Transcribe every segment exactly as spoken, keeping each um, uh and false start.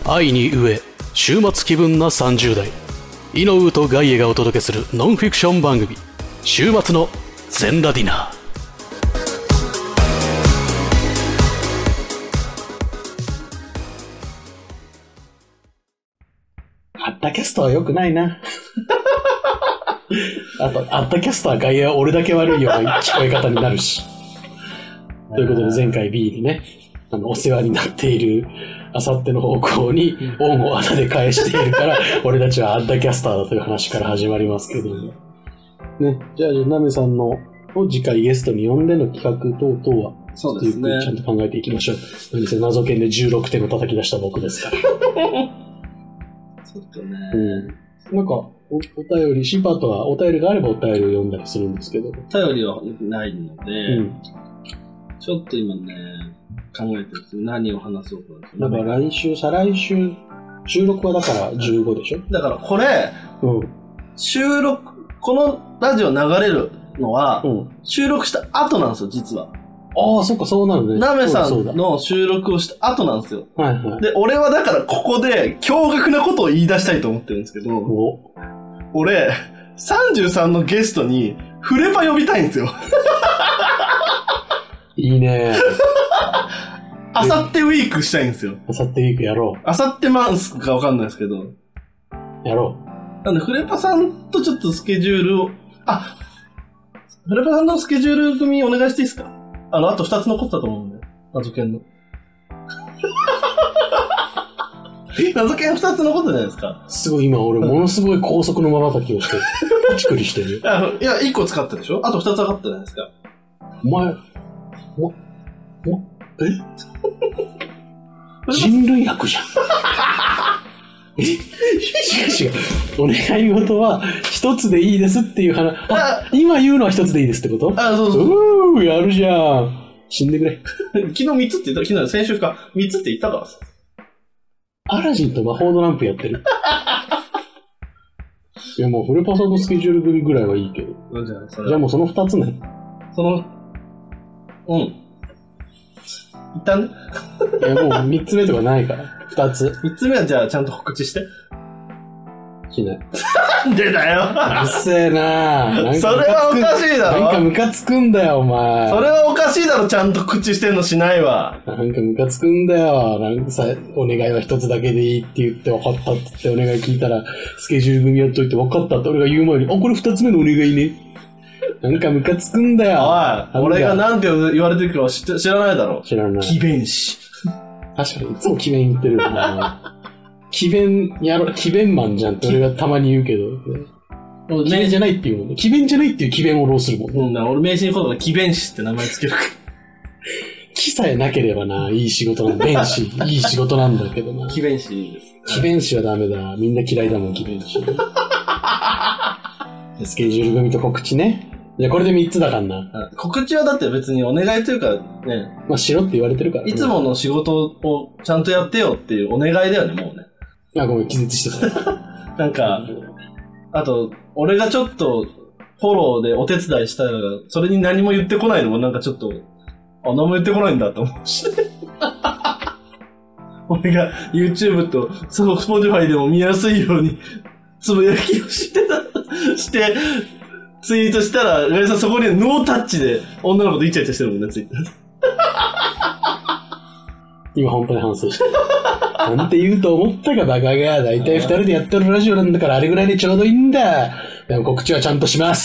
愛に飢え週末気分なさんじゅう代、イノウとガイエがお届けするノンフィクション番組、週末の全ラディナー。 アッタキャストは良くないな。あと、アッタキャストは外野は俺だけ悪いような聞こえ方になるし。ということで前回 B でね、あの、お世話になっているあさっての方向にオンを穴で返しているから、俺たちはアッタキャスターだという話から始まりますけども。ね、じゃあ、ナメさんのを次回ゲストに呼んでの企画等々は、 そうですね。 ちゃんと考えていきましょう。何せ謎研でじゅうろくてんを叩き出した僕ですから。 ちょっとね。 うん。なんか、お、お便り、シーパートはお便りがあればお便りを読んだりするんですけど。 お便りはないので、うん、ちょっと今ね、考えてるんですよ。何を話そうか、ね。 だから来週、再来週、収録はだからじゅうごでしょ？ だからこれ、うん、収録、このラジオ流れるのは、うん、収録した後なんですよ、実は。 ああ、そっか、そうなるね。 ナメさんの収録をした後なんですよ。 はいはい。 で、俺はだからここで驚愕なことを言い出したいと思ってるんですけど、お俺、さんじゅうさんのゲストにフレパ呼びたいんですよ。 いいね。 あさってウィークしたいんですよ。 あさってウィークやろう。 あさってマンスかわかんないですけど。 やろう。なんで、フレパさんとちょっとスケジュールを、あ、フレパさんのスケジュール組お願いしていいですか？あの、あとふたつ残ったと思うんで。謎研の。謎研ふたつ残ったじゃないですか。 すごい今俺ものすごい高速の瞬きをして、パチクリしてる。 あいや、いっこ使ったでしょ？あとふたつ上がったじゃないですか。 お前、お、お、え人類悪じゃん。え違う違う。お願い事は一つでいいですっていう話。あ、今言うのは一つでいいですってこと？ あ、そうそう。 うー、やるじゃん。死んでくれ。 昨日みっつって言った、昨日先週か。みっつって言ったからさ。 アラジンと魔法のランプやってる。いやもうフレパさんのスケジュール組ぐらいはいいけど。 じゃあ、それじゃあもうその二つね。 その、うん。一旦ね。 いやもう三つ目とかないから。二つ。 三つ目はじゃあちゃんと告知して。 しない。 なんでだよ。 うっせえなぁ。 それはおかしいだろ。 なんかムカつくんだよ、お前。 それはおかしいだろ、ちゃんと告知してんのしないわ。 なんかムカつくんだよ。なんかさ、お願いは一つだけでいいって言って分かったって言ってお願い聞いたら、スケジュール組やっといて分かったって俺が言う前に、あ、これ二つ目のお願いね。なんかムカつくんだよ。 おい、俺がなんて言われてるか知知らないだろ。 知らない。 奇弁師。 確かに、いつも奇弁言ってるよな。奇弁やろ、奇弁マンじゃんって俺がたまに言うけど。奇弁じゃないっていうもんね。奇弁じゃないっていう奇弁を浪するもんね。 うんな、俺名刺に言葉奇弁師って名前つけるから。 奇さえなければな、いい仕事なんだ。弁士、いい仕事なんだけどな。 奇弁師です。 奇弁師はダメだ。みんな嫌いだもん、奇弁師。スケジュール組と告知ね。じゃあこれでみっつだからな。 告知はだって別にお願いというかね。 まあしろって言われてるから、ね。 いつもの仕事をちゃんとやってよっていうお願いだよね、もうね。 あ、ごめん、気絶してた。 なんか、あと、俺がちょっとフォローでお手伝いしたら、それに何も言ってこないのもなんかちょっと、あ、何も言ってこないんだって思うし。俺が YouTube とその Spotify でも見やすいようにつぶやきをしてた、して、ツイートしたら、ガイさんそこにノータッチで女の子とイチャイチャしてるもんね、ツイッター。 今本当に反省した。なんて言うと思ったかバカが、だいたい二人でやってるラジオなんだからあれぐらいでちょうどいいんだ。でも告知はちゃんとします。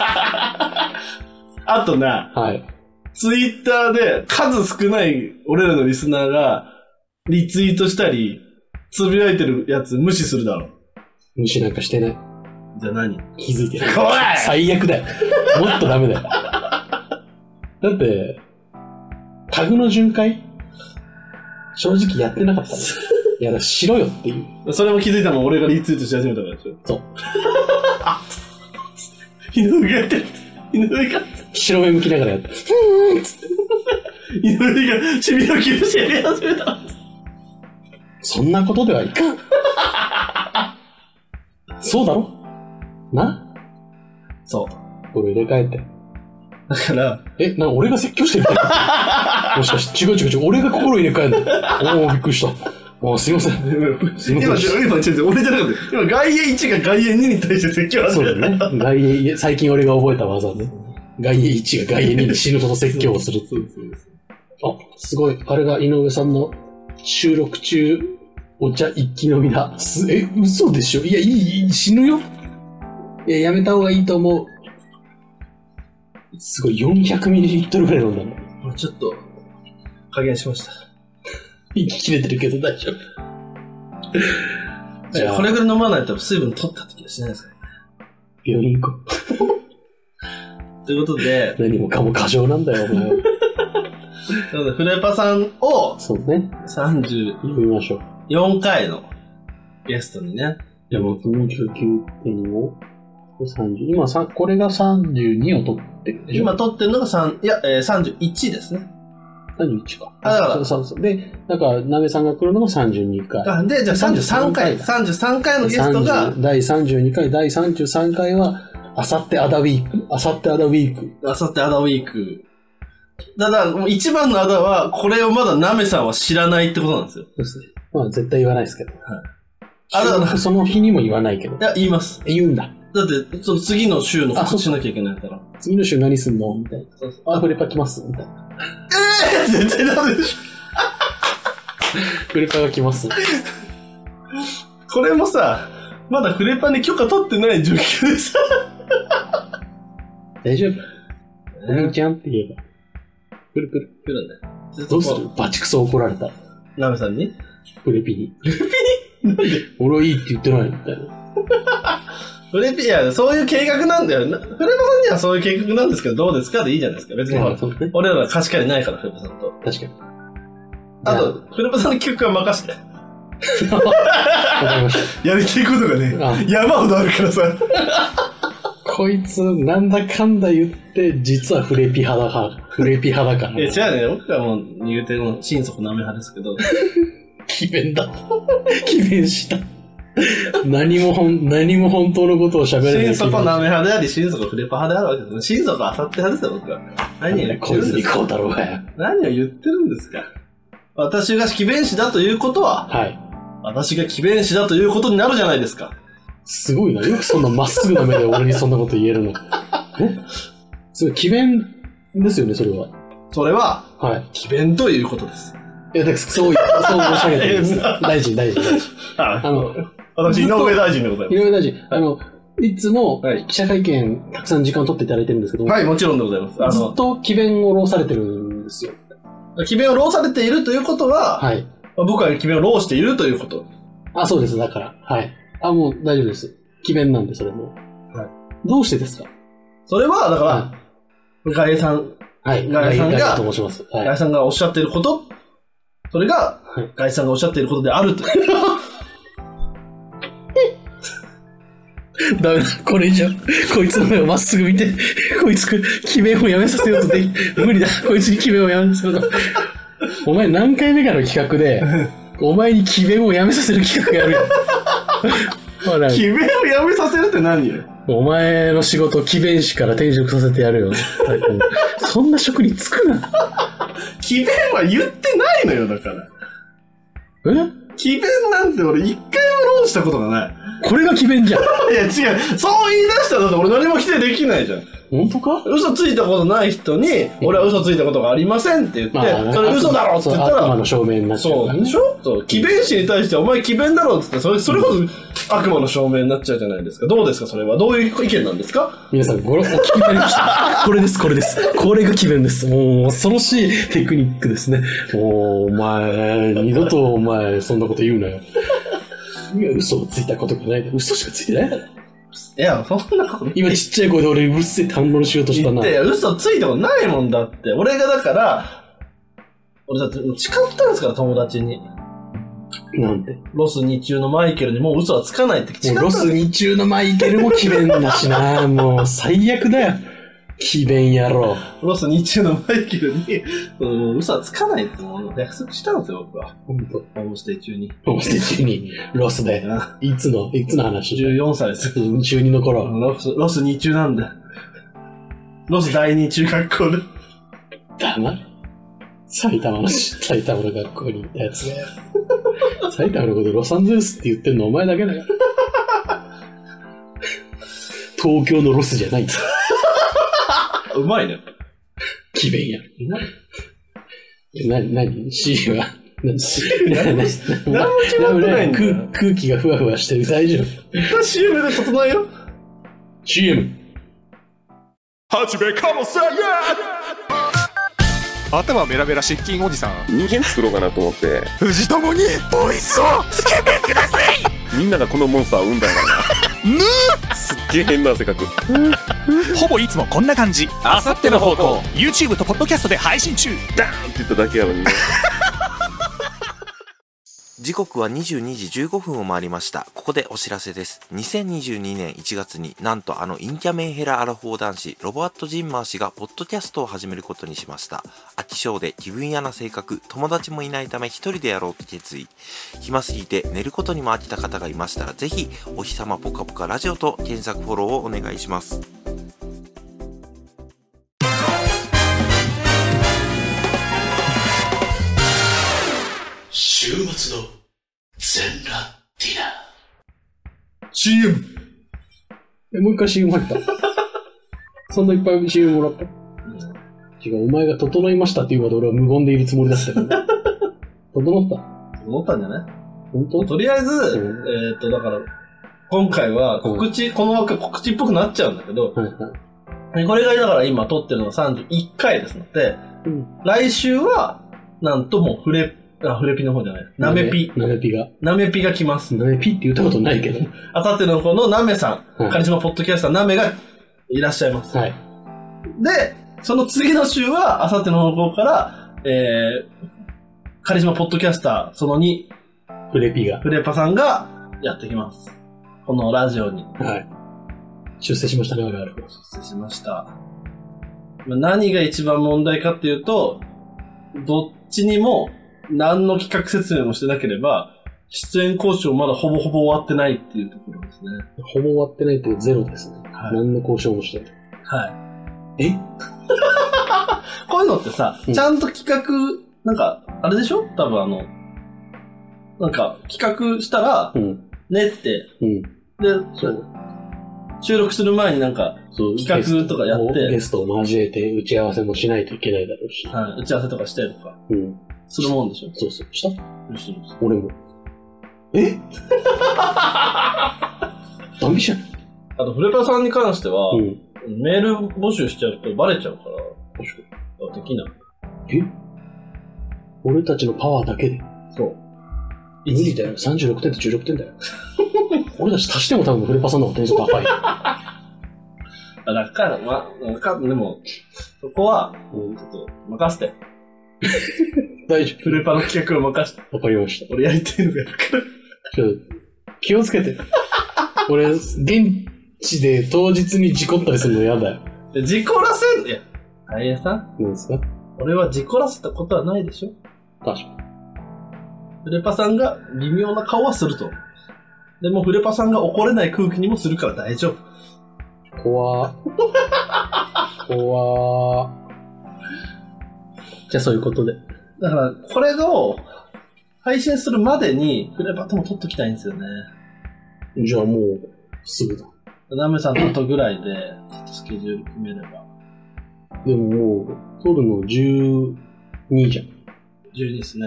あとな、はい。ツイッターで数少ない俺らのリスナーがリツイートしたり、つぶやいてるやつ無視するだろ。 無視なんかしてない。 じゃあ何？ 気づいてる。 怖い！ 最悪だよ。もっとダメだよ。だって、タグの巡回正直やってなかったの。いや、だしろよっていう。 それも気づいたのも俺がリツイートし始めたからでしょ。 そう。 あ井上がやってる。井上が。 白目向きながらやった。ふーんつって。 井上がシミの吸収やり始めた。 そんなことではいかん。そうだろな？ そう。 これ入れ替えて。 だから。 え、な、俺が説教してるみたいな。もしかして、違う違う違う、俺が心入れ替えんの。おー、びっくりした。 あ、すいません。すいま今、 せん。 今、違う違う、俺じゃなかった。今、外衛いちが外衛にに対して説教そうだね。外衛、最近俺が覚えた技ね。外衛いちが外衛にに死ぬほど説教をするっていう。あ、すごい。あれが井上さんの収録中、お茶一気飲みだ。す、え、嘘でしょ？いや、いい、いい死ぬよ。いや、やめた方がいいと思う。すごい、よんひゃくミリリットル ぐらい飲んだの。 もうちょっと、加減しました。 息切れてるけど大丈夫。 じゃあ、これぐらい飲まないと水分取ったって気がしないですかね。 病院行こう。ということで、 何もかも過剰なんだよ、お前は。 なので、フレパさんを、 そうね。 さんじゅう読みましょう。 よんかいのゲストにね。 じゃあ、僕にじゅうきゅうてんを、さんじゅう、今さ、これがさんじゅうにを取ってるでしょ。 今取ってるのがさん、いや、えー、さんじゅういちですね。 さんじゅういちか。 あ、だから。 そうそう。で、なんか、なべさんが来るのがさんじゅうにかい。 あ、で、じゃあさんじゅうさんかい。さんじゅうさんかいのゲストが。 だいさんじゅうにかい、だいさんじゅうさんかいは、あさってアダウィーク。あさってアダウィーク。 あさってアダウィーク。だから、もう一番のアダは、これをまだなめさんは知らないってことなんですよ。 そうですね。まあ、絶対言わないですけど。はい。 あ、だから、 その日にも言わないけど。 いや、言います。 言うんだ。 だって、その次の週の告知しなきゃいけないから。 次の週何すんのみたいな。そうそう。あ、フレパ来ますみたいな。 えぇ、ー、絶対ダメでしょ。 フレパが来ます。 これもさ、まだフレパに許可取ってない状況でさ。 大丈夫。お兄ちゃんって言えば。来る来る。 来るんだよ。 どうする？バチクソ怒られた。 ナメさんに？ フレピに。 フレピに？なんで？ 俺はいいって言ってないみたいな。 フレピ、いや、そういう計画なんだよ。フレパさんにはそういう計画なんですけど、どうですかでいいじゃないですか。別に、ね、俺らは貸し借りないから、フレパさんと。 確かに。 あと、フレパさんの企画は任せて。 わかりました。 やりたいことがね、山ほどあるからさ。 こいつ、なんだかんだ言って、実はフレピ派だから。フレピ派だから。 いや、違うね。僕はもう、言うても、心底なめ派ですけど。 奇弁だ。奇弁した。何もほん、何も本当のことを喋れない。 心底なめ派であり、心底フレパ派であるわけです。心底あさって派ですよ、僕は。何を言ってるんですか。 こいつにこうだろうがよ。 何を言ってるんですか。私が奇弁師だということは、 はい。 私が奇弁師だということになるじゃないですか。 すごいな。よくそんなまっすぐな目で俺にそんなこと言えるの。えすごい、奇弁ですよね、それは。 それは、 はい。 奇弁ということです。 いや、だからそう、そう申し上げてるんです。大臣、大臣、大臣。 あの、私、井上大臣でございます。 井上大臣、あの、いつも記者会見たくさん時間を取っていただいてるんですけど、 はい、もちろんでございます。あのずっと奇弁を浪されてるんですよ。 奇弁を浪されているということは、 はい。 僕は奇弁を浪しているということ。 あ、そうです、だから。はい。あ、もう大丈夫です。奇弁なんで、それも。はい。どうしてですか？ それは、だから、ガエさん。 はい。 ガエさんが、 と申します。 はい。ガエさんがおっしゃっていること、それが、はい、ガエさんがおっしゃっていることであると。 ダメだ、これ以上。こいつの目をまっすぐ見て、こいつ、奇弁をやめさせようとでき、無理だ、こいつに奇弁をやめさせようと。お前何回目かの企画で、お前に奇弁をやめさせる企画やるよ。 奇弁をやめさせるって何よ。 お前の仕事、奇弁師から転職させてやるよ。そんな職に就くな。 奇弁は言ってないのよ、だから。 え？ 奇弁なんて俺一回も浪したことがない。 これが奇弁じゃん。 いや違う。そう言い出したらだって俺何も否定できないじゃん。 本当か？ 嘘ついたことない人に、俺は嘘ついたことがありませんって言って、まあ、それ嘘だろって言ったら、 悪魔の証明になっちゃうからね。 そうでしょ？そう。奇弁師に対してお前奇弁だろって言って、それ、それこそ悪魔の証明になっちゃうじゃないですか。どうですかそれは。どういう意見なんですか？ 皆さんご、お聞きになりました。これです、これです。これが奇弁です。もう恐ろしいテクニックですね。もう、お前、二度とお前、そんなこと言うなよ。いや、嘘をついたことがないで。嘘しかついてないだろ。 いや、そんなことない。 今ちっちゃい声で俺うるせえ反論しようとしたな。 いや、嘘ついたことないもんだって。俺がだから、俺だって誓ったんですから、友達に。 なんて。 ロス日中のマイケルにもう嘘はつかないって誓った。 ロス日中のマイケルも奇弁だしな。もう最悪だよ。奇弁野郎。 ロス日中のマイケルに、うん、嘘はつかないってもう約束したんですよ、僕は。 ほんと。 ホームステイ中に。 ホームステイ中に、ロスで。いつの、いつの話？ じゅうよんさいです。 中にの頃。 ロス、ロス日中なんだ。ロス第二中学校で。 だな。埼玉の、埼玉の学校に行ったやつがよ。 埼玉のことロサンゼルスって言ってんのお前だけだよ。東京のロスじゃないんだ。 うまいね。 奇弁や。な、なに ?C は何も決まってないんだよ。 空、空気がふわふわしてる。大丈夫。 一旦 シーエム で整えよ。 シーエム。 はじめかもせんや頭メラメラ失禁おじさん。 人間作ろうかなと思って。 藤友にボイスをつけてください。 みんながこのモンスターを生んだんだな。 ぬすっげえ変な性格。 ほぼいつもこんな感じ。あさっての方向 YouTube とポッドキャストで配信中。 ダーンって言っただけやのにね。 時刻はにじゅうにじじゅうごふんを回りました。ここでお知らせです。にせんにじゅうにねんいちがつになんとあのインキャメンヘラアラフォー男子ロボアット・ジンマー氏がポッドキャストを始めることにしました。飽き性で気分屋な性格、友達もいないため一人でやろうと決意。暇すぎて寝ることにも飽きた方がいましたら、ぜひお日様ぽかぽかラジオと検索フォローをお願いします。 週末の全ラディナーシーエム。 え、もう一回 シーエム 入った。そんないっぱい シーエム もらった。違う、お前が整いましたっていうまで俺は無言でいるつもりだったけど。整った思ったんじゃない？ 本当？ とりあえず、 うん、 えーっと、だから、今回は告知、うん、この枠告知っぽくなっちゃうんだけど、 はいはい、 これがだから今撮ってるのがさんじゅういっかいですので、うん、来週は、なんともうフレ、あ、フレピの方じゃない。ナメピ。 ナメピが。 ナメピが来ます。 ナメピって言ったことないけど。 あさってのこのナメさん、 はい、 カリスマポッドキャスターナメがいらっしゃいます。 はい。 で、その次の週は、あさっての方向から、えー、カリスマポッドキャスターそのに、 フレピが。 フレパさんがやってきます。このラジオに。 はい。出世しましたね、我々。 出世しました。何が一番問題かっていうと、どっちにも何の企画説明もしてなければ、出演交渉まだほぼほぼ終わってないっていうところですね。 ほぼ終わってないというゼロですね。はい。何の交渉もしてない。 はい。 えこういうのってさ、うん、ちゃんと企画、なんか、あれでしょ？多分あの、なんか企画したら、うん、ねって、うん、で、そう収録する前になんか、企画とかやって、 ゲストを交えて打ち合わせもしないといけないだろうし。 はい、打ち合わせとかしてとか。うん。するもんでしょ？ そうそう。した？ してる。 俺も。えダメじゃん。 あと、フレパさんに関しては、うん、メール募集しちゃうとバレちゃうから、確かに。できない。 え俺たちのパワーだけで？ そう。 無理だよ。さんじゅうろくてんとじゅうろくてんだよ。俺たち足しても多分フレパさんの方が点数高い。 だから、ま、わかん、でも、そこは、うん、ちょっと、任せて。 大丈夫。 フレパの企画を任せて。 わかりました。 俺やりたいのがやるから。 ちょっと、気をつけて。俺、現地で当日に事故ったりするの嫌だよ。 事故らせん、いや、大変さん。 何ですか？ 俺は事故らせたことはないでしょ？ 確かに。 フレパさんが微妙な顔はすると。でもフレパさんが怒れない空気にもするから大丈夫。 怖ー。怖ー。じゃあそういうことで。 だから、これを配信するまでにフレパとも撮っときたいんですよね。 じゃあもう、すぐだ。 ナメさんの後ぐらいで、ちょっとスケジュール組めれば。 でももう、撮るのじゅうにじゃん。 じゅうにですね。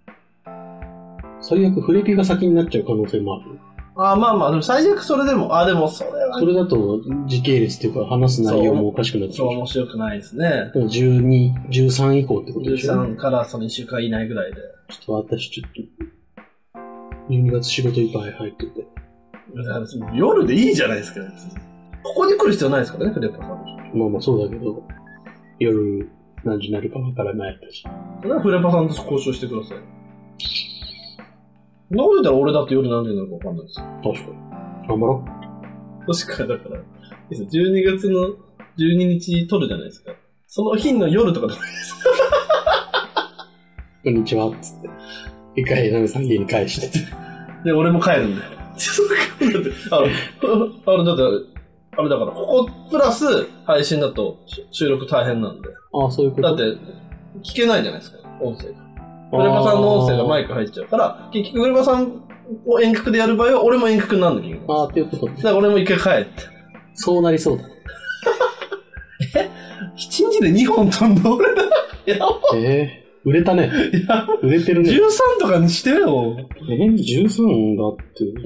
最悪フレピが先になっちゃう可能性もある。 ああ、まあまあ、でも最悪それでも、あ、でもそれは。 それだと時系列っていうか話す内容もおかしくなっちゃう。 そう、面白くないですね。 じゅうに、じゅうさん以降ってことでしょ？じゅうさんからそのいっしゅうかん以内ぐらいで。 ちょっと私ちょっと、じゅうにがつ仕事いっぱい入ってて。 夜でいいじゃないですか、ここに来る必要ないですからね、フレパさん。 まあまあそうだけど、夜何時になるかわからないし。 それはフレパさんと交渉してください。そんなこと言ったら俺だって夜何時になるかわかんないですよ。 確かに。頑張ろう。確かに、だから、じゅうにがつのじゅうににち撮るじゃないですか。その日の夜とかでもいいですこんにちは、つって。一回、ナメさん家に返してて。 で、俺も帰るんで。あの、あれだって、あれだから、ここプラス配信だと収録大変なんで。 ああ、そういうこと。 だって、聞けないじゃないですか、音声が。 フレバさんの音声がマイク入っちゃうから、結局フレバさんを遠隔でやる場合は、俺も遠隔になるんだけど。 あーっていうことね。 だから俺も一回帰って。 そうなりそうだね。 え一日でにほん飛んだ俺だ。やばえー、売れたね。 やば売れてるね。 じゅうさんとかにしてよ。 えー、じゅうさんだって。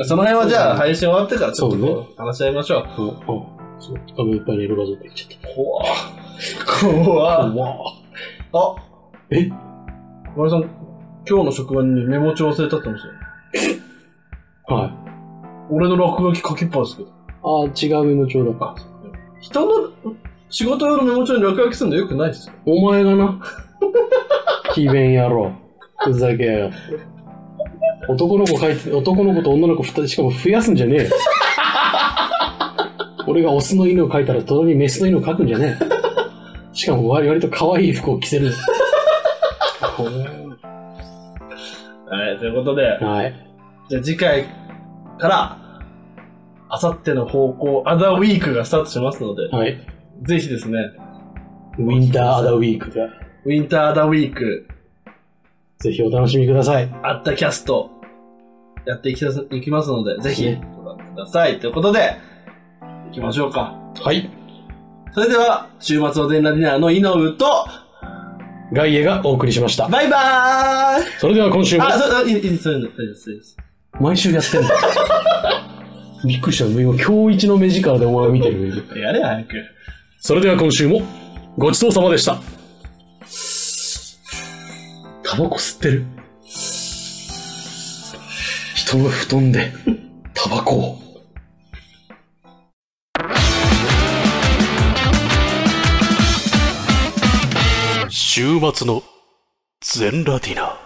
その辺はじゃあ配信終わってからちょっとそうねこう話し合いましょう。 うん、うん。そう。画面いっぱいにエロ画像って言っちゃっ怖ぁ。怖た。 ぁ。 わあ、 え小林さん、今日の職場にメモ帳忘れたってましたよ。 はい。 俺の落書き書きっぱですけど。 あー、違うメモ帳だ。 あ、人の仕事用のメモ帳に落書きするのよくないですよ。 お前がな。奇弁野郎。ふざけやがって。男の子書いて、男の子と女の子二人、しかも増やすんじゃねえよ。俺がオスの犬を描いたら、隣にメスの犬を描くんじゃねえ。しかも割割と可愛い服を着せる。 はい、ということで、 はい。 じゃあ次回から、あさっての方向、アダウィークがスタートしますので、 はい。 ぜひですね、 ウィンターアダウィークで、 ウィンターアダウィーク、 ぜひお楽しみください。 あったキャスト、やっていきたいきますので、ぜひご覧ください。ということで、行きましょうか。 はい。 それでは、週末おでんラディナーのイノウと、 ガイエがお送りしました。 バイバーイそれでは今週も、 あ、そう、いい、いい、そういうの、大丈夫です、大丈夫です。 毎週やってんだ。びっくりした。今、今日一の目力でお前を見てる。 やれ、早く。 それでは今週も、ごちそうさまでした。タバコ吸ってる。人の布団で、タバコを。 週末の全ラディナー。